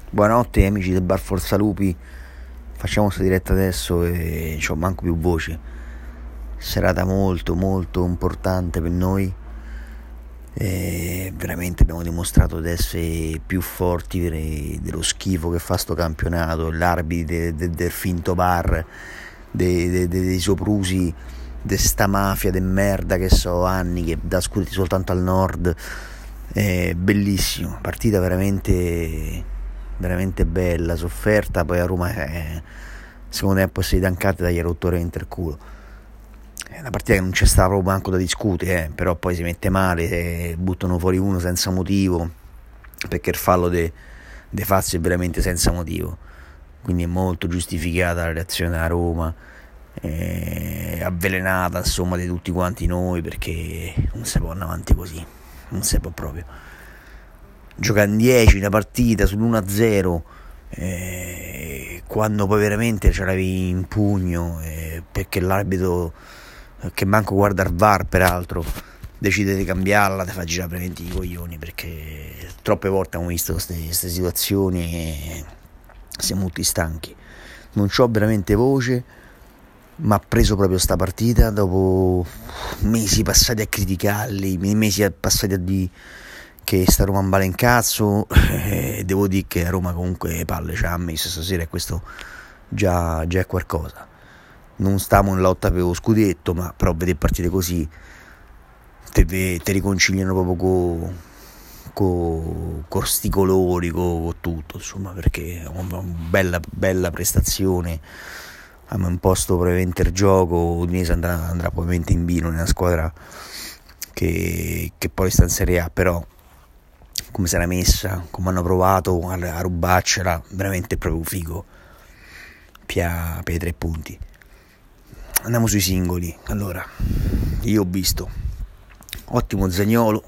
Buonanotte amici del Bar Forzalupi, facciamo questa diretta adesso e c'ho manco più voce. Serata molto molto importante per noi e veramente abbiamo dimostrato di essere più forti dello schifo che fa sto campionato, l'arbitro del finto bar, dei soprusi, di sta mafia de merda che so anni che dà scudetti soltanto al nord. Bellissimo, partita veramente bella, sofferta. Poi a Roma secondo tempo si è tancata dagli rottori interculo. È una partita che non c'è stata proprio manco da discutere, però poi si mette male, buttano fuori uno senza motivo, perché il fallo de Fazio è veramente senza motivo, quindi è molto giustificata la reazione della Roma, avvelenata insomma di tutti quanti noi, perché non si può andare avanti così, non si può proprio giocare in 10 una partita sull'1-0, quando poi veramente ce l'avevi in pugno, perché l'arbitro, che manco guarda il VAR peraltro, decide di cambiarla, ti fa girare veramente i coglioni, perché troppe volte abbiamo visto queste situazioni e siamo tutti stanchi. Non c'ho veramente voce, ma ha preso proprio sta partita dopo mesi passati a criticarli, mesi passati a dire che sta Roma mbala in cazzo. Devo dire che a Roma comunque palle ci ha messo stasera, e questo già è qualcosa. Non stiamo in lotta per lo scudetto, ma però vedere partite così te riconciliano proprio con sti colori, con tutto, insomma, perché è una bella prestazione. Abbiamo imposto probabilmente il gioco. Udinese andrà probabilmente in vino nella squadra che poi sta in Serie A, però come si era messa, come hanno provato a rubarcela, veramente proprio figo per i 3 punti. Andiamo sui singoli. Allora, io ho visto ottimo Zaniolo,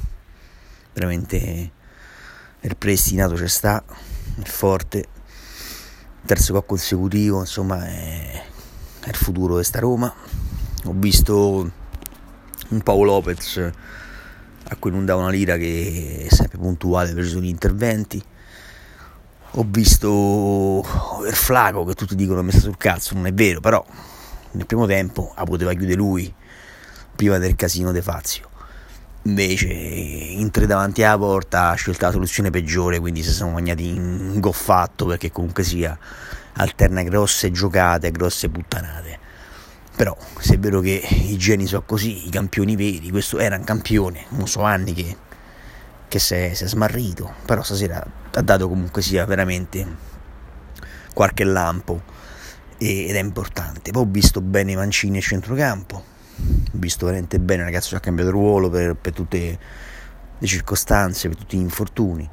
veramente il predestinato c'è sta, è forte, terzo gol consecutivo, insomma è il futuro di sta Roma. Ho visto un Paolo Lopez a cui non dà una lira, che è sempre puntuale per i suoi interventi. Ho visto il Flaco, che tutti dicono messa sul cazzo, non è vero, però nel primo tempo poteva chiudere lui prima del casino de Fazio. Invece in 3 davanti alla porta ha scelto la soluzione peggiore, quindi si sono mangiati in goffatto, perché comunque sia alterna grosse giocate, grosse puttanate. Però se è vero che i geni sono così, i campioni veri, questo era un campione, non so anni che si è smarrito, però stasera ha dato comunque sia veramente qualche lampo ed è importante. Poi ho visto bene Mancini a centrocampo, ho visto veramente bene il ragazzo che ha cambiato ruolo per tutte le circostanze, per tutti gli infortuni,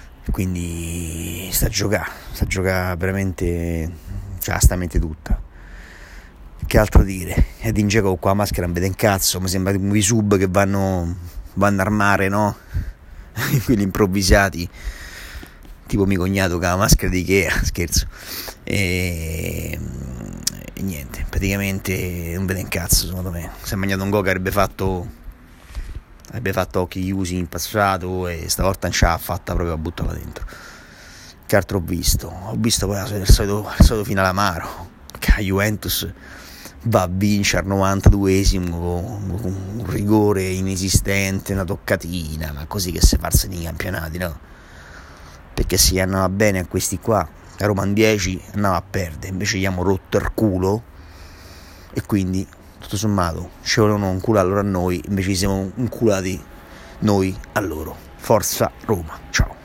quindi sta a giocare veramente, c'ha sta mente tutta. Che altro dire? Edin Dzeko qua la maschera non vede un cazzo, mi sembra un sub che vanno a armare, no? Quelli improvvisati, tipo mio cognato che ha la maschera di Ikea, scherzo. E niente, praticamente non vede un cazzo, secondo me. Si è mangiato un go che avrebbe fatto occhi chiusi in passato, e stavolta non ce l'ha fatta proprio a buttarla dentro. Che altro ho visto? Ho visto poi il solito finale amaro, che la Juventus va a vincere al 92esimo con un rigore inesistente, una toccatina, ma così che si farsi nei campionati, no? Perché se andava bene a questi qua, a Roma in 10 andava a perdere, invece gli abbiamo rotto il culo, e quindi tutto sommato ci volevano un culo allora a noi, invece ci siamo inculati noi a loro. Forza Roma, ciao.